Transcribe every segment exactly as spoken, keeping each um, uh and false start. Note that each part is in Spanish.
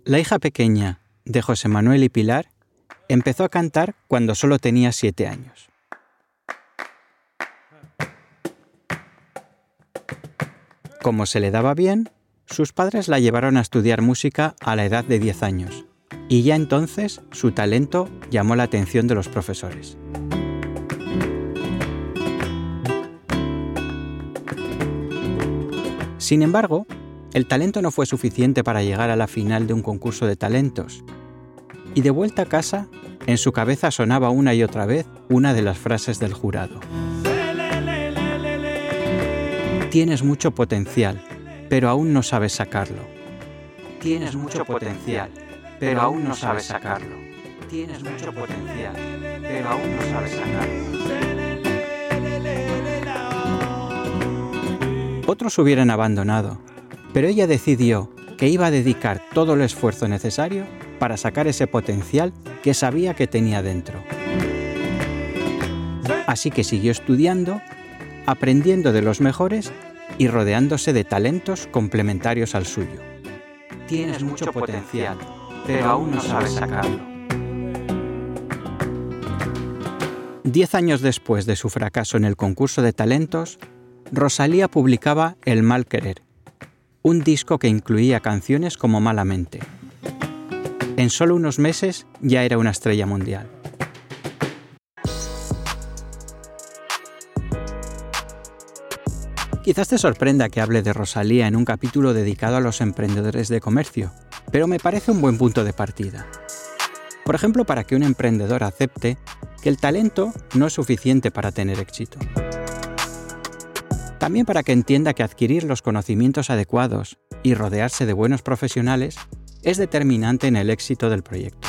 La hija pequeña de José Manuel y Pilar empezó a cantar cuando solo tenía siete años. Como se le daba bien, sus padres la llevaron a estudiar música a la edad de diez años, y ya entonces su talento llamó la atención de los profesores. Sin embargo, el talento no fue suficiente para llegar a la final de un concurso de talentos, y de vuelta a casa, en su cabeza sonaba una y otra vez una de las frases del jurado. Tienes mucho potencial, pero aún no sabes sacarlo. Tienes mucho potencial, pero aún no sabes sacarlo. Tienes mucho potencial, pero aún no sabes sacarlo. Otros hubieran abandonado, pero ella decidió que iba a dedicar todo el esfuerzo necesario para sacar ese potencial que sabía que tenía dentro. Así que siguió estudiando, aprendiendo de los mejores y rodeándose de talentos complementarios al suyo. Tienes mucho potencial, pero aún no sabes sacarlo. Diez años después de su fracaso en el concurso de talentos, Rosalía publicaba El mal querer, un disco que incluía canciones como Malamente. En solo unos meses ya era una estrella mundial. Quizás te sorprenda que hable de Rosalía en un capítulo dedicado a los emprendedores de comercio, pero me parece un buen punto de partida. Por ejemplo, para que un emprendedor acepte que el talento no es suficiente para tener éxito. También para que entienda que adquirir los conocimientos adecuados y rodearse de buenos profesionales es determinante en el éxito del proyecto.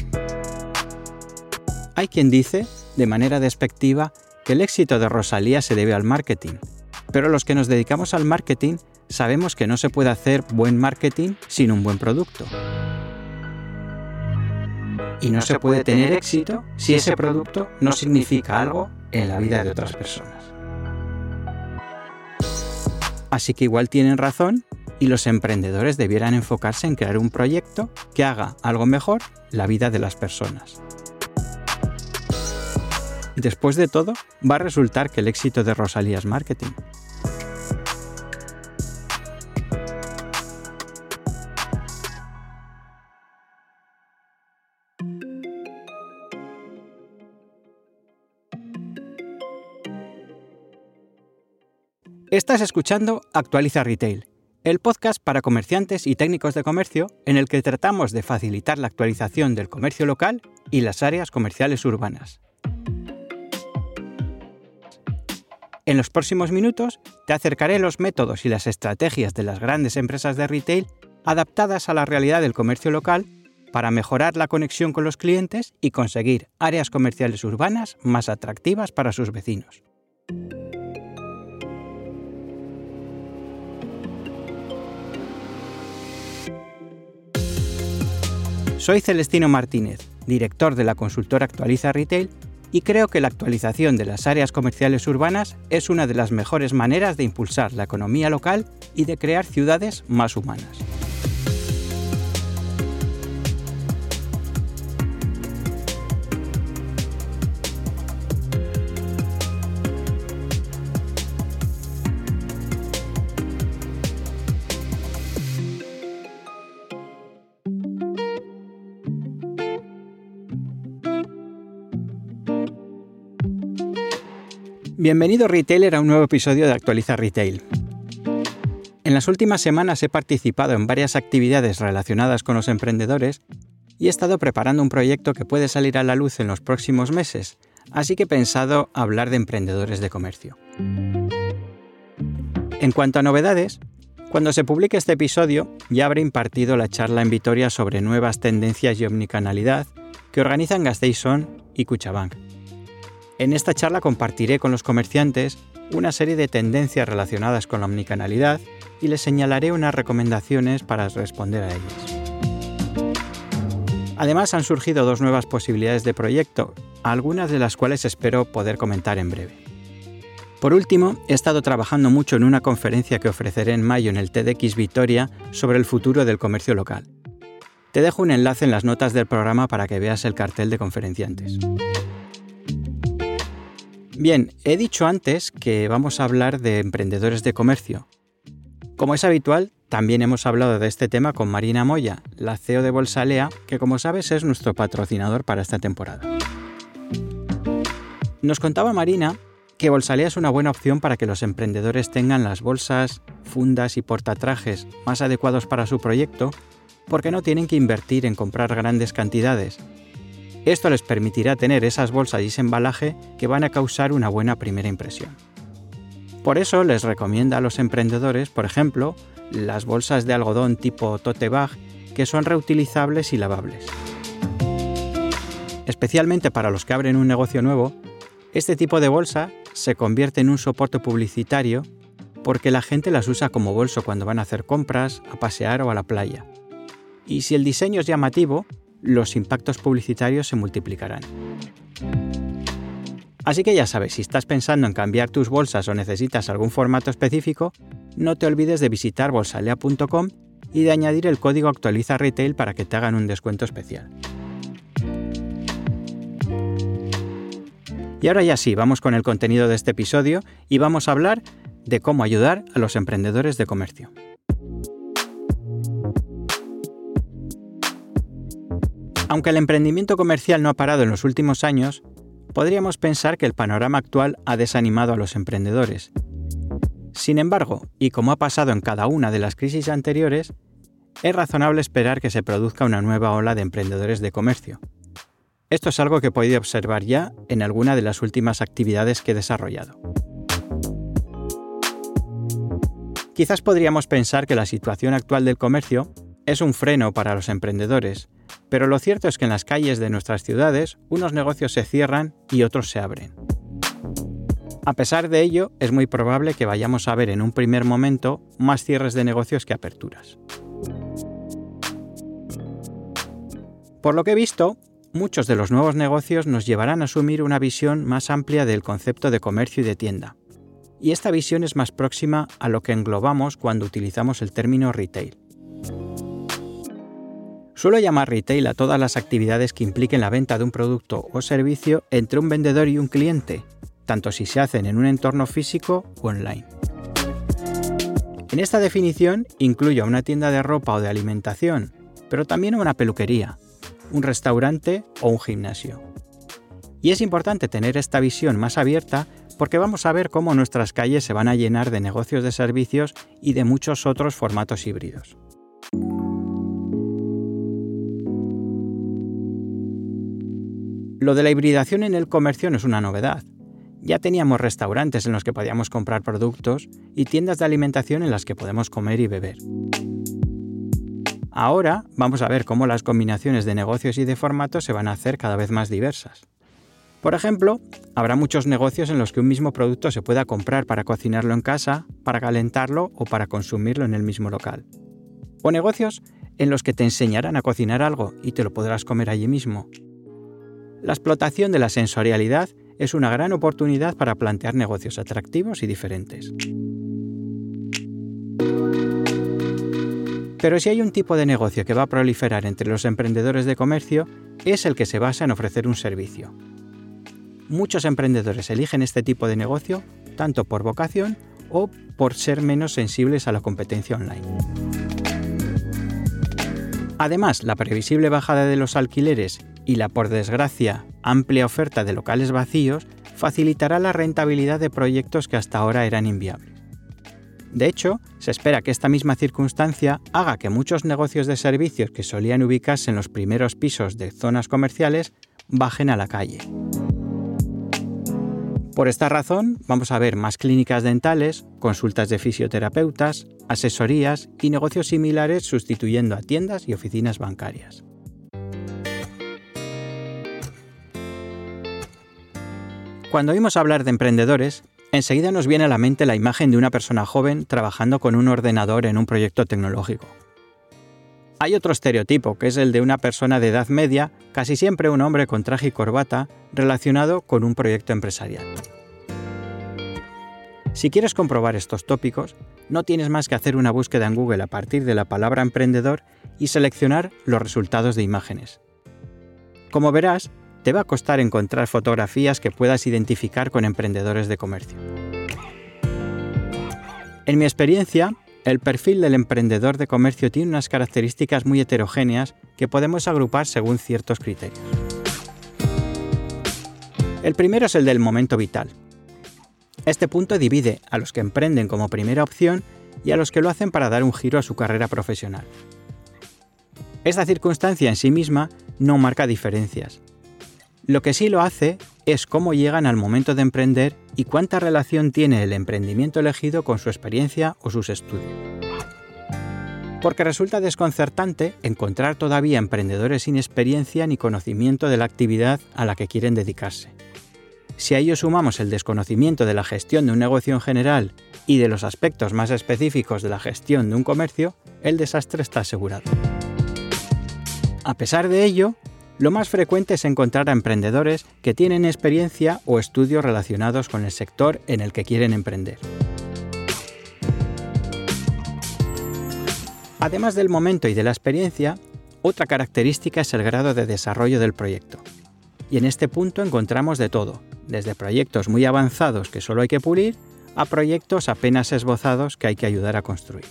Hay quien dice, de manera despectiva, que el éxito de Rosalía se debe al marketing, pero los que nos dedicamos al marketing sabemos que no se puede hacer buen marketing sin un buen producto. Y no se puede tener éxito si ese producto no significa algo en la vida de otras personas. Así que igual tienen razón y los emprendedores debieran enfocarse en crear un proyecto que haga algo mejor la vida de las personas. Después de todo, va a resultar que el éxito de Rosalía es marketing. Estás escuchando Actualiza Retail, el podcast para comerciantes y técnicos de comercio en el que tratamos de facilitar la actualización del comercio local y las áreas comerciales urbanas. En los próximos minutos te acercaré los métodos y las estrategias de las grandes empresas de retail adaptadas a la realidad del comercio local para mejorar la conexión con los clientes y conseguir áreas comerciales urbanas más atractivas para sus vecinos. Soy Celestino Martínez, director de la consultora Actualiza Retail, y creo que la actualización de las áreas comerciales urbanas es una de las mejores maneras de impulsar la economía local y de crear ciudades más humanas. Bienvenido retailer a un nuevo episodio de Actualiza Retail. En las últimas semanas he participado en varias actividades relacionadas con los emprendedores y he estado preparando un proyecto que puede salir a la luz en los próximos meses, así que he pensado hablar de emprendedores de comercio. En cuanto a novedades, cuando se publique este episodio ya habré impartido la charla en Vitoria sobre nuevas tendencias y omnicanalidad que organizan Gasteiz On y Kutxabank. En esta charla compartiré con los comerciantes una serie de tendencias relacionadas con la omnicanalidad y les señalaré unas recomendaciones para responder a ellas. Además, han surgido dos nuevas posibilidades de proyecto, algunas de las cuales espero poder comentar en breve. Por último, he estado trabajando mucho en una conferencia que ofreceré en mayo en el TEDx Vitoria sobre el futuro del comercio local. Te dejo un enlace en las notas del programa para que veas el cartel de conferenciantes. Bien, he dicho antes que vamos a hablar de emprendedores de comercio. Como es habitual, también hemos hablado de este tema con Marina Moya, la C E O de Bolsalea, que como sabes es nuestro patrocinador para esta temporada. Nos contaba Marina que Bolsalea es una buena opción para que los emprendedores tengan las bolsas, fundas y portatrajes más adecuados para su proyecto, porque no tienen que invertir en comprar grandes cantidades. Esto les permitirá tener esas bolsas y ese embalaje que van a causar una buena primera impresión. Por eso les recomienda a los emprendedores, por ejemplo, las bolsas de algodón tipo tote bag, que son reutilizables y lavables. Especialmente para los que abren un negocio nuevo, este tipo de bolsa se convierte en un soporte publicitario porque la gente las usa como bolso cuando van a hacer compras, a pasear o a la playa. Y si el diseño es llamativo, los impactos publicitarios se multiplicarán. Así que ya sabes, si estás pensando en cambiar tus bolsas o necesitas algún formato específico, no te olvides de visitar bolsalea punto com y de añadir el código Actualiza Retail para que te hagan un descuento especial. Y ahora ya sí, vamos con el contenido de este episodio y vamos a hablar de cómo ayudar a los emprendedores de comercio. Aunque el emprendimiento comercial no ha parado en los últimos años, podríamos pensar que el panorama actual ha desanimado a los emprendedores. Sin embargo, y como ha pasado en cada una de las crisis anteriores, es razonable esperar que se produzca una nueva ola de emprendedores de comercio. Esto es algo que he podido observar ya en alguna de las últimas actividades que he desarrollado. Quizás podríamos pensar que la situación actual del comercio es un freno para los emprendedores, pero lo cierto es que en las calles de nuestras ciudades unos negocios se cierran y otros se abren. A pesar de ello, es muy probable que vayamos a ver en un primer momento más cierres de negocios que aperturas. Por lo que he visto, muchos de los nuevos negocios nos llevarán a asumir una visión más amplia del concepto de comercio y de tienda. Y esta visión es más próxima a lo que englobamos cuando utilizamos el término retail. Suelo llamar retail a todas las actividades que impliquen la venta de un producto o servicio entre un vendedor y un cliente, tanto si se hacen en un entorno físico o online. En esta definición incluyo una tienda de ropa o de alimentación, pero también una peluquería, un restaurante o un gimnasio. Y es importante tener esta visión más abierta porque vamos a ver cómo nuestras calles se van a llenar de negocios de servicios y de muchos otros formatos híbridos. Lo de la hibridación en el comercio no es una novedad. Ya teníamos restaurantes en los que podíamos comprar productos y tiendas de alimentación en las que podemos comer y beber. Ahora vamos a ver cómo las combinaciones de negocios y de formatos se van a hacer cada vez más diversas. Por ejemplo, habrá muchos negocios en los que un mismo producto se pueda comprar para cocinarlo en casa, para calentarlo o para consumirlo en el mismo local. O negocios en los que te enseñarán a cocinar algo y te lo podrás comer allí mismo. La explotación de la sensorialidad es una gran oportunidad para plantear negocios atractivos y diferentes. Pero si hay un tipo de negocio que va a proliferar entre los emprendedores de comercio, es el que se basa en ofrecer un servicio. Muchos emprendedores eligen este tipo de negocio tanto por vocación o por ser menos sensibles a la competencia online. Además, la previsible bajada de los alquileres y la, por desgracia, amplia oferta de locales vacíos facilitará la rentabilidad de proyectos que hasta ahora eran inviables. De hecho, se espera que esta misma circunstancia haga que muchos negocios de servicios que solían ubicarse en los primeros pisos de zonas comerciales bajen a la calle. Por esta razón, vamos a ver más clínicas dentales, consultas de fisioterapeutas, asesorías y negocios similares sustituyendo a tiendas y oficinas bancarias. Cuando oímos hablar de emprendedores, enseguida nos viene a la mente la imagen de una persona joven trabajando con un ordenador en un proyecto tecnológico. Hay otro estereotipo, que es el de una persona de edad media, casi siempre un hombre con traje y corbata, relacionado con un proyecto empresarial. Si quieres comprobar estos tópicos, no tienes más que hacer una búsqueda en Google a partir de la palabra emprendedor y seleccionar los resultados de imágenes. Como verás, te va a costar encontrar fotografías que puedas identificar con emprendedores de comercio. En mi experiencia, el perfil del emprendedor de comercio tiene unas características muy heterogéneas que podemos agrupar según ciertos criterios. El primero es el del momento vital. Este punto divide a los que emprenden como primera opción y a los que lo hacen para dar un giro a su carrera profesional. Esta circunstancia en sí misma no marca diferencias. Lo que sí lo hace es cómo llegan al momento de emprender y cuánta relación tiene el emprendimiento elegido con su experiencia o sus estudios. Porque resulta desconcertante encontrar todavía emprendedores sin experiencia ni conocimiento de la actividad a la que quieren dedicarse. Si a ello sumamos el desconocimiento de la gestión de un negocio en general y de los aspectos más específicos de la gestión de un comercio, el desastre está asegurado. A pesar de ello, lo más frecuente es encontrar a emprendedores que tienen experiencia o estudios relacionados con el sector en el que quieren emprender. Además del momento y de la experiencia, otra característica es el grado de desarrollo del proyecto. Y en este punto encontramos de todo, desde proyectos muy avanzados que solo hay que pulir, a proyectos apenas esbozados que hay que ayudar a construir.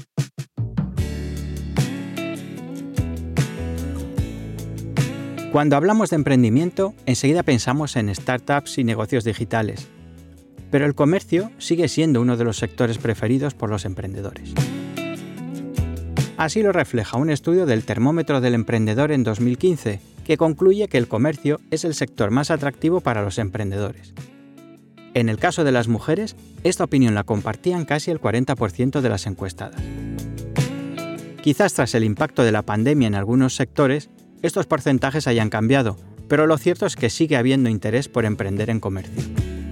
Cuando hablamos de emprendimiento, enseguida pensamos en startups y negocios digitales, pero el comercio sigue siendo uno de los sectores preferidos por los emprendedores. Así lo refleja un estudio del Termómetro del Emprendedor en dos mil quince, que concluye que el comercio es el sector más atractivo para los emprendedores. En el caso de las mujeres, esta opinión la compartían casi el cuarenta por ciento de las encuestadas. Quizás tras el impacto de la pandemia en algunos sectores, estos porcentajes hayan cambiado, pero lo cierto es que sigue habiendo interés por emprender en comercio.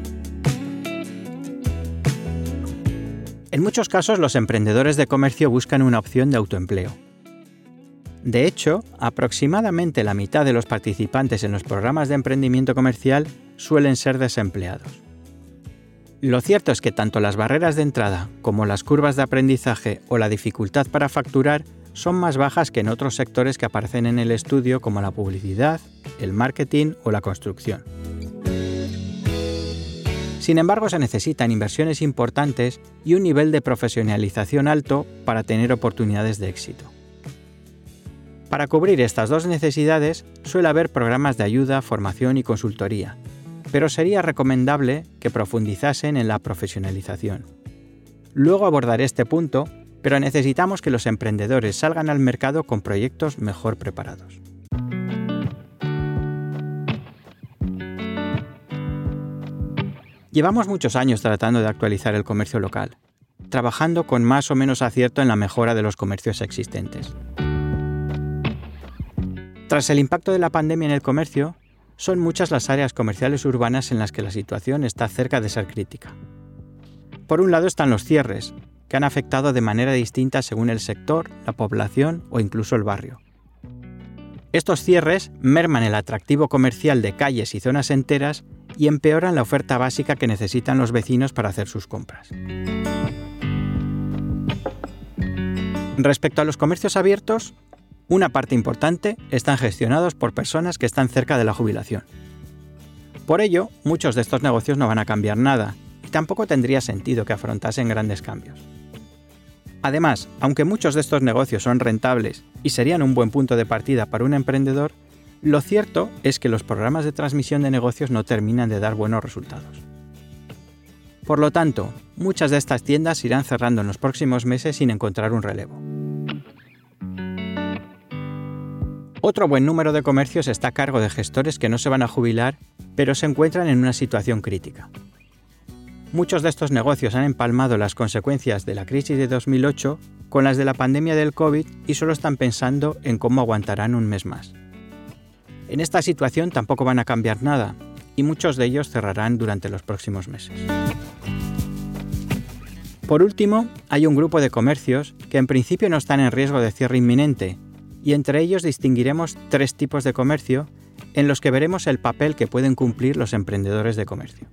En muchos casos, los emprendedores de comercio buscan una opción de autoempleo. De hecho, aproximadamente la mitad de los participantes en los programas de emprendimiento comercial suelen ser desempleados. Lo cierto es que tanto las barreras de entrada como las curvas de aprendizaje o la dificultad para facturar son más bajas que en otros sectores que aparecen en el estudio como la publicidad, el marketing o la construcción. Sin embargo, se necesitan inversiones importantes y un nivel de profesionalización alto para tener oportunidades de éxito. Para cubrir estas dos necesidades, suele haber programas de ayuda, formación y consultoría, pero sería recomendable que profundizasen en la profesionalización. Luego abordaré este punto, pero necesitamos que los emprendedores salgan al mercado con proyectos mejor preparados. Llevamos muchos años tratando de actualizar el comercio local, trabajando con más o menos acierto en la mejora de los comercios existentes. Tras el impacto de la pandemia en el comercio, son muchas las áreas comerciales urbanas en las que la situación está cerca de ser crítica. Por un lado están los cierres, que han afectado de manera distinta según el sector, la población o incluso el barrio. Estos cierres merman el atractivo comercial de calles y zonas enteras y empeoran la oferta básica que necesitan los vecinos para hacer sus compras. Respecto a los comercios abiertos, una parte importante están gestionados por personas que están cerca de la jubilación. Por ello, muchos de estos negocios no van a cambiar nada y tampoco tendría sentido que afrontasen grandes cambios. Además, aunque muchos de estos negocios son rentables y serían un buen punto de partida para un emprendedor, lo cierto es que los programas de transmisión de negocios no terminan de dar buenos resultados. Por lo tanto, muchas de estas tiendas irán cerrando en los próximos meses sin encontrar un relevo. Otro buen número de comercios está a cargo de gestores que no se van a jubilar, pero se encuentran en una situación crítica. Muchos de estos negocios han empalmado las consecuencias de la crisis de dos mil ocho con las de la pandemia del COVID y solo están pensando en cómo aguantarán un mes más. En esta situación tampoco van a cambiar nada y muchos de ellos cerrarán durante los próximos meses. Por último, hay un grupo de comercios que en principio no están en riesgo de cierre inminente y entre ellos distinguiremos tres tipos de comercio en los que veremos el papel que pueden cumplir los emprendedores de comercio.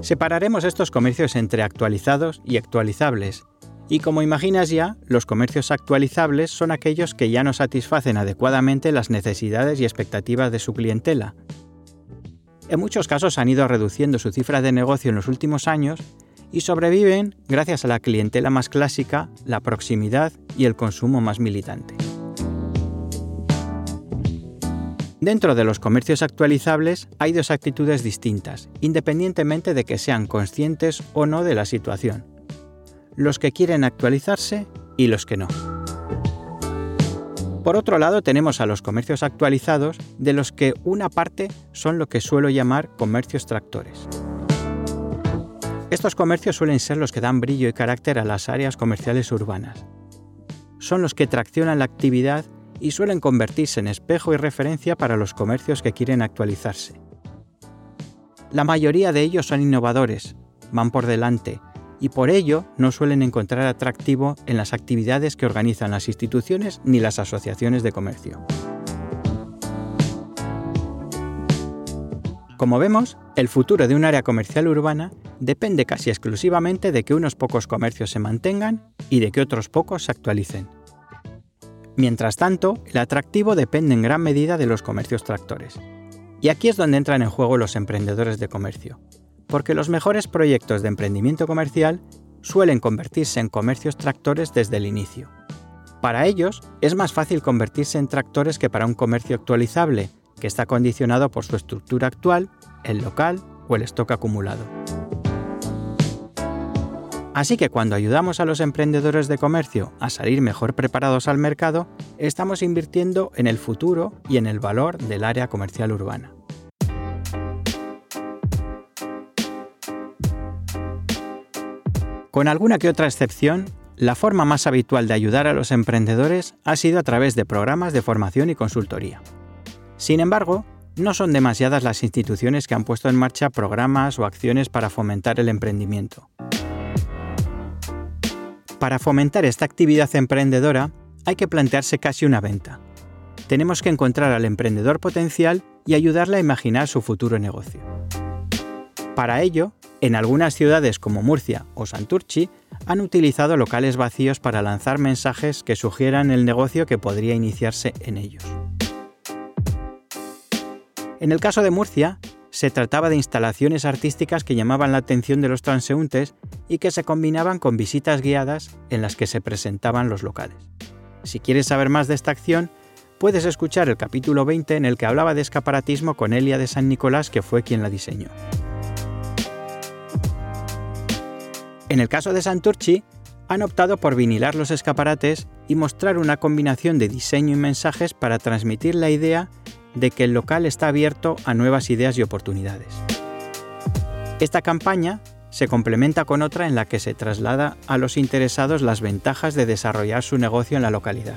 Separaremos estos comercios entre actualizados y actualizables, y como imaginas ya, los comercios actualizables son aquellos que ya no satisfacen adecuadamente las necesidades y expectativas de su clientela. En muchos casos han ido reduciendo su cifra de negocio en los últimos años y sobreviven gracias a la clientela más clásica, la proximidad y el consumo más militante. Dentro de los comercios actualizables hay dos actitudes distintas, independientemente de que sean conscientes o no de la situación: los que quieren actualizarse y los que no. Por otro lado, tenemos a los comercios actualizados, de los que una parte son lo que suelo llamar comercios tractores. Estos comercios suelen ser los que dan brillo y carácter a las áreas comerciales urbanas. Son los que traccionan la actividad y suelen convertirse en espejo y referencia para los comercios que quieren actualizarse. La mayoría de ellos son innovadores, van por delante, y por ello no suelen encontrar atractivo en las actividades que organizan las instituciones ni las asociaciones de comercio. Como vemos, el futuro de un área comercial urbana depende casi exclusivamente de que unos pocos comercios se mantengan y de que otros pocos se actualicen. Mientras tanto, el atractivo depende en gran medida de los comercios tractores. Y aquí es donde entran en juego los emprendedores de comercio, porque los mejores proyectos de emprendimiento comercial suelen convertirse en comercios tractores desde el inicio. Para ellos, es más fácil convertirse en tractores que para un comercio actualizable, que está condicionado por su estructura actual, el local o el stock acumulado. Así que cuando ayudamos a los emprendedores de comercio a salir mejor preparados al mercado, estamos invirtiendo en el futuro y en el valor del área comercial urbana. Con alguna que otra excepción, la forma más habitual de ayudar a los emprendedores ha sido a través de programas de formación y consultoría. Sin embargo, no son demasiadas las instituciones que han puesto en marcha programas o acciones para fomentar el emprendimiento. Para fomentar esta actividad emprendedora, hay que plantearse casi una venta. Tenemos que encontrar al emprendedor potencial y ayudarle a imaginar su futuro negocio. Para ello, en algunas ciudades como Murcia o Santurtzi han utilizado locales vacíos para lanzar mensajes que sugieran el negocio que podría iniciarse en ellos. En el caso de Murcia, se trataba de instalaciones artísticas que llamaban la atención de los transeúntes y que se combinaban con visitas guiadas en las que se presentaban los locales. Si quieres saber más de esta acción, puedes escuchar el capítulo veinte en el que hablaba de escaparatismo con Elia de San Nicolás, que fue quien la diseñó. En el caso de Santurtzi, han optado por vinilar los escaparates y mostrar una combinación de diseño y mensajes para transmitir la idea de que el local está abierto a nuevas ideas y oportunidades. Esta campaña se complementa con otra en la que se traslada a los interesados las ventajas de desarrollar su negocio en la localidad.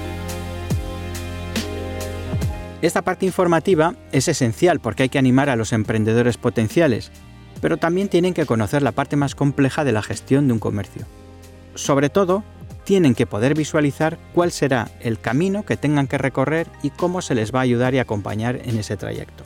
Esta parte informativa es esencial porque hay que animar a los emprendedores potenciales, pero también tienen que conocer la parte más compleja de la gestión de un comercio. Sobre todo, tienen que poder visualizar cuál será el camino que tengan que recorrer y cómo se les va a ayudar y acompañar en ese trayecto.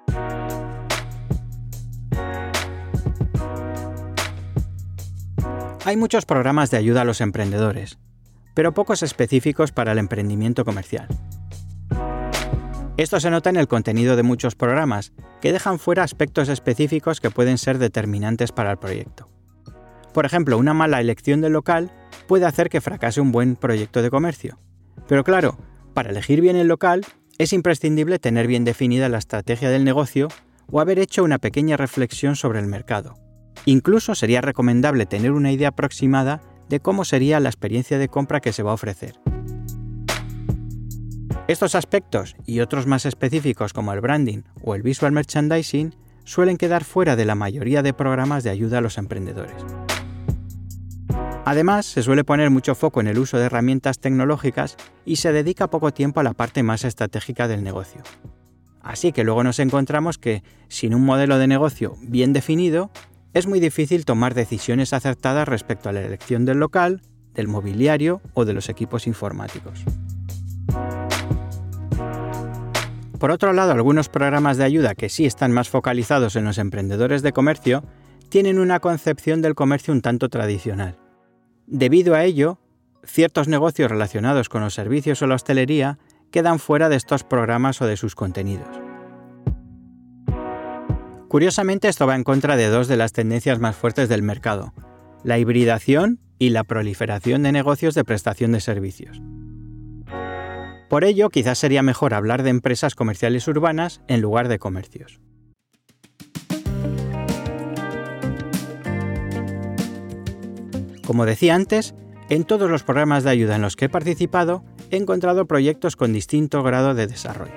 Hay muchos programas de ayuda a los emprendedores, pero pocos específicos para el emprendimiento comercial. Esto se nota en el contenido de muchos programas, que dejan fuera aspectos específicos que pueden ser determinantes para el proyecto. Por ejemplo, una mala elección del local puede hacer que fracase un buen proyecto de comercio. Pero claro, para elegir bien el local, es imprescindible tener bien definida la estrategia del negocio o haber hecho una pequeña reflexión sobre el mercado. Incluso sería recomendable tener una idea aproximada de cómo sería la experiencia de compra que se va a ofrecer. Estos aspectos y otros más específicos como el branding o el visual merchandising suelen quedar fuera de la mayoría de programas de ayuda a los emprendedores. Además, se suele poner mucho foco en el uso de herramientas tecnológicas y se dedica poco tiempo a la parte más estratégica del negocio. Así que luego nos encontramos que, sin un modelo de negocio bien definido, es muy difícil tomar decisiones acertadas respecto a la elección del local, del mobiliario o de los equipos informáticos. Por otro lado, algunos programas de ayuda que sí están más focalizados en los emprendedores de comercio tienen una concepción del comercio un tanto tradicional. Debido a ello, ciertos negocios relacionados con los servicios o la hostelería quedan fuera de estos programas o de sus contenidos. Curiosamente, esto va en contra de dos de las tendencias más fuertes del mercado: la hibridación y la proliferación de negocios de prestación de servicios. Por ello, quizás sería mejor hablar de empresas comerciales urbanas en lugar de comercios. Como decía antes, en todos los programas de ayuda en los que he participado, he encontrado proyectos con distinto grado de desarrollo.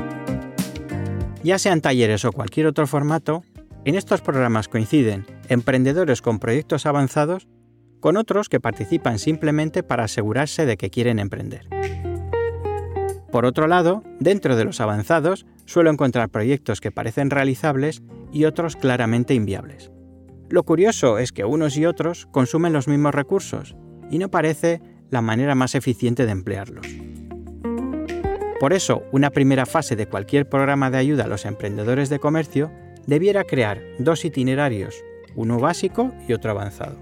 Ya sean talleres o cualquier otro formato, en estos programas coinciden emprendedores con proyectos avanzados con otros que participan simplemente para asegurarse de que quieren emprender. Por otro lado, dentro de los avanzados, suelo encontrar proyectos que parecen realizables y otros claramente inviables. Lo curioso es que unos y otros consumen los mismos recursos y no parece la manera más eficiente de emplearlos. Por eso, una primera fase de cualquier programa de ayuda a los emprendedores de comercio debiera crear dos itinerarios, uno básico y otro avanzado.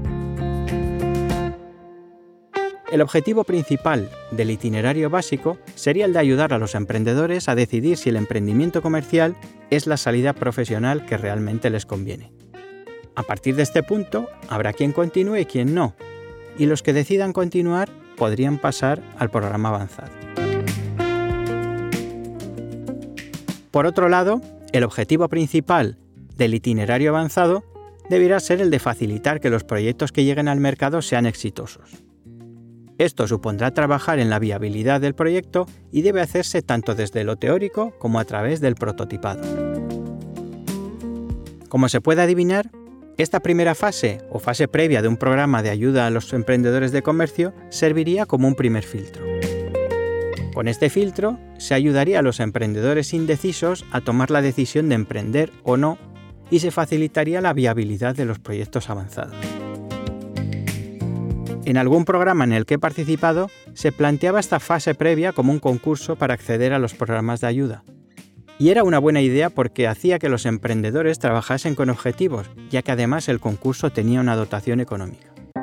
El objetivo principal del itinerario básico sería el de ayudar a los emprendedores a decidir si el emprendimiento comercial es la salida profesional que realmente les conviene. A partir de este punto, habrá quien continúe y quien no, y los que decidan continuar podrían pasar al programa avanzado. Por otro lado, el objetivo principal del itinerario avanzado deberá ser el de facilitar que los proyectos que lleguen al mercado sean exitosos. Esto supondrá trabajar en la viabilidad del proyecto y debe hacerse tanto desde lo teórico como a través del prototipado. Como se puede adivinar, esta primera fase o fase previa de un programa de ayuda a los emprendedores de comercio serviría como un primer filtro. Con este filtro se ayudaría a los emprendedores indecisos a tomar la decisión de emprender o no y se facilitaría la viabilidad de los proyectos avanzados. En algún programa en el que he participado, se planteaba esta fase previa como un concurso para acceder a los programas de ayuda. Y era una buena idea porque hacía que los emprendedores trabajasen con objetivos, ya que además el concurso tenía una dotación económica.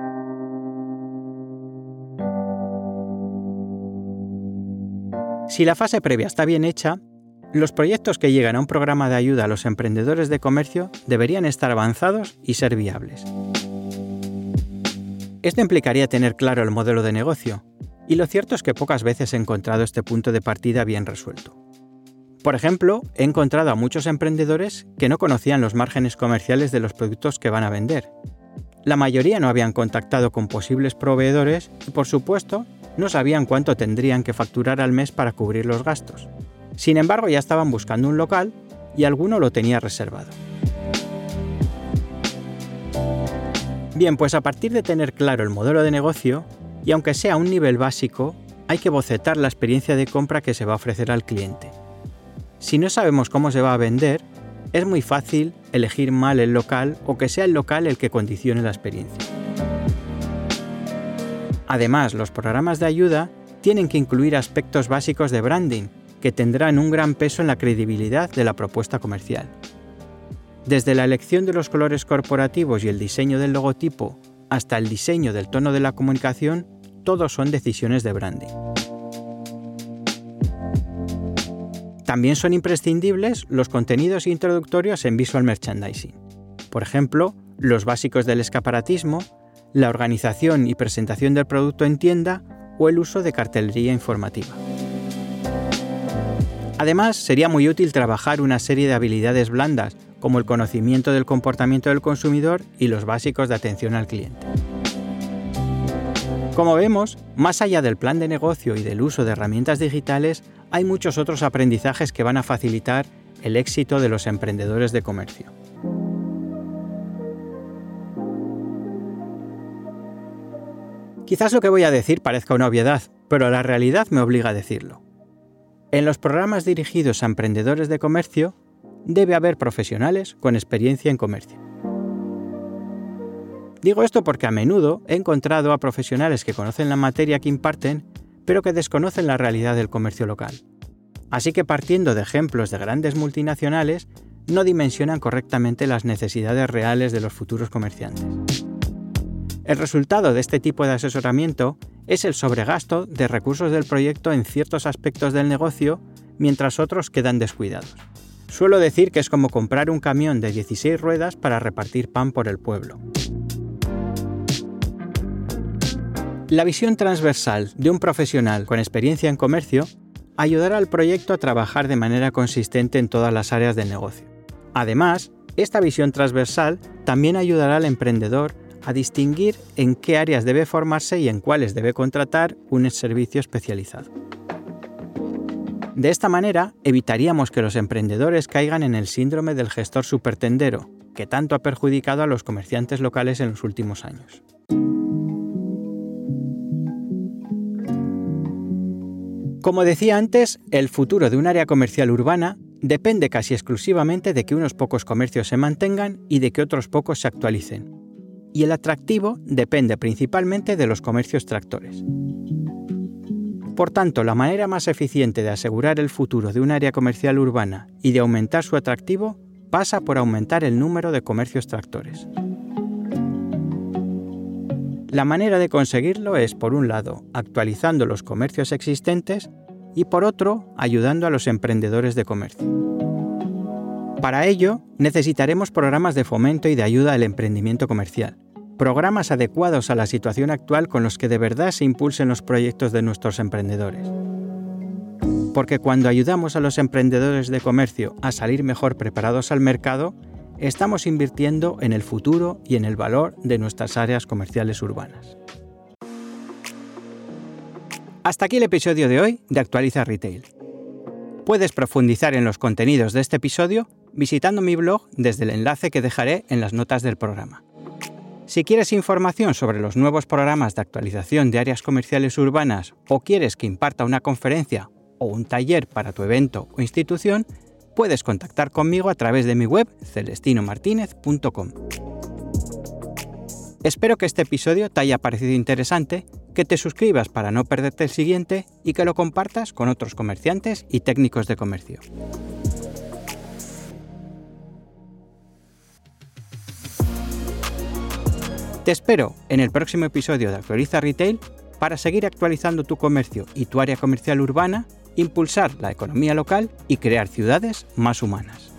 Si la fase previa está bien hecha, los proyectos que llegan a un programa de ayuda a los emprendedores de comercio deberían estar avanzados y ser viables. Esto implicaría tener claro el modelo de negocio, y lo cierto es que pocas veces he encontrado este punto de partida bien resuelto. Por ejemplo, he encontrado a muchos emprendedores que no conocían los márgenes comerciales de los productos que van a vender. La mayoría no habían contactado con posibles proveedores y, por supuesto, no sabían cuánto tendrían que facturar al mes para cubrir los gastos. Sin embargo, ya estaban buscando un local y alguno lo tenía reservado. Bien, pues a partir de tener claro el modelo de negocio, y aunque sea a un nivel básico, hay que bocetar la experiencia de compra que se va a ofrecer al cliente. Si no sabemos cómo se va a vender, es muy fácil elegir mal el local o que sea el local el que condicione la experiencia. Además, los programas de ayuda tienen que incluir aspectos básicos de branding, que tendrán un gran peso en la credibilidad de la propuesta comercial. Desde la elección de los colores corporativos y el diseño del logotipo hasta el diseño del tono de la comunicación, todos son decisiones de branding. También son imprescindibles los contenidos introductorios en visual merchandising. Por ejemplo, los básicos del escaparatismo, la organización y presentación del producto en tienda o el uso de cartelería informativa. Además, sería muy útil trabajar una serie de habilidades blandas, como el conocimiento del comportamiento del consumidor y los básicos de atención al cliente. Como vemos, más allá del plan de negocio y del uso de herramientas digitales, hay muchos otros aprendizajes que van a facilitar el éxito de los emprendedores de comercio. Quizás lo que voy a decir parezca una obviedad, pero la realidad me obliga a decirlo. En los programas dirigidos a emprendedores de comercio, debe haber profesionales con experiencia en comercio. Digo esto porque a menudo he encontrado a profesionales que conocen la materia que imparten, pero que desconocen la realidad del comercio local. Así que partiendo de ejemplos de grandes multinacionales, no dimensionan correctamente las necesidades reales de los futuros comerciantes. El resultado de este tipo de asesoramiento es el sobregasto de recursos del proyecto en ciertos aspectos del negocio, mientras otros quedan descuidados. Suelo decir que es como comprar un camión de dieciséis ruedas para repartir pan por el pueblo. La visión transversal de un profesional con experiencia en comercio ayudará al proyecto a trabajar de manera consistente en todas las áreas del negocio. Además, esta visión transversal también ayudará al emprendedor a distinguir en qué áreas debe formarse y en cuáles debe contratar un servicio especializado. De esta manera, evitaríamos que los emprendedores caigan en el síndrome del gestor supertendero, que tanto ha perjudicado a los comerciantes locales en los últimos años. Como decía antes, el futuro de un área comercial urbana depende casi exclusivamente de que unos pocos comercios se mantengan y de que otros pocos se actualicen. Y el atractivo depende principalmente de los comercios tractores. Por tanto, la manera más eficiente de asegurar el futuro de un área comercial urbana y de aumentar su atractivo pasa por aumentar el número de comercios tractores. La manera de conseguirlo es, por un lado, actualizando los comercios existentes y, por otro, ayudando a los emprendedores de comercio. Para ello, necesitaremos programas de fomento y de ayuda al emprendimiento comercial, programas adecuados a la situación actual con los que de verdad se impulsen los proyectos de nuestros emprendedores. Porque cuando ayudamos a los emprendedores de comercio a salir mejor preparados al mercado, estamos invirtiendo en el futuro y en el valor de nuestras áreas comerciales urbanas. Hasta aquí el episodio de hoy de Actualiza Retail. Puedes profundizar en los contenidos de este episodio visitando mi blog desde el enlace que dejaré en las notas del programa. Si quieres información sobre los nuevos programas de actualización de áreas comerciales urbanas o quieres que imparta una conferencia o un taller para tu evento o institución, puedes contactar conmigo a través de mi web celestino martinez punto com. Espero que este episodio te haya parecido interesante, que te suscribas para no perderte el siguiente y que lo compartas con otros comerciantes y técnicos de comercio. Te espero en el próximo episodio de Actualiza Retail para seguir actualizando tu comercio y tu área comercial urbana, impulsar la economía local y crear ciudades más humanas.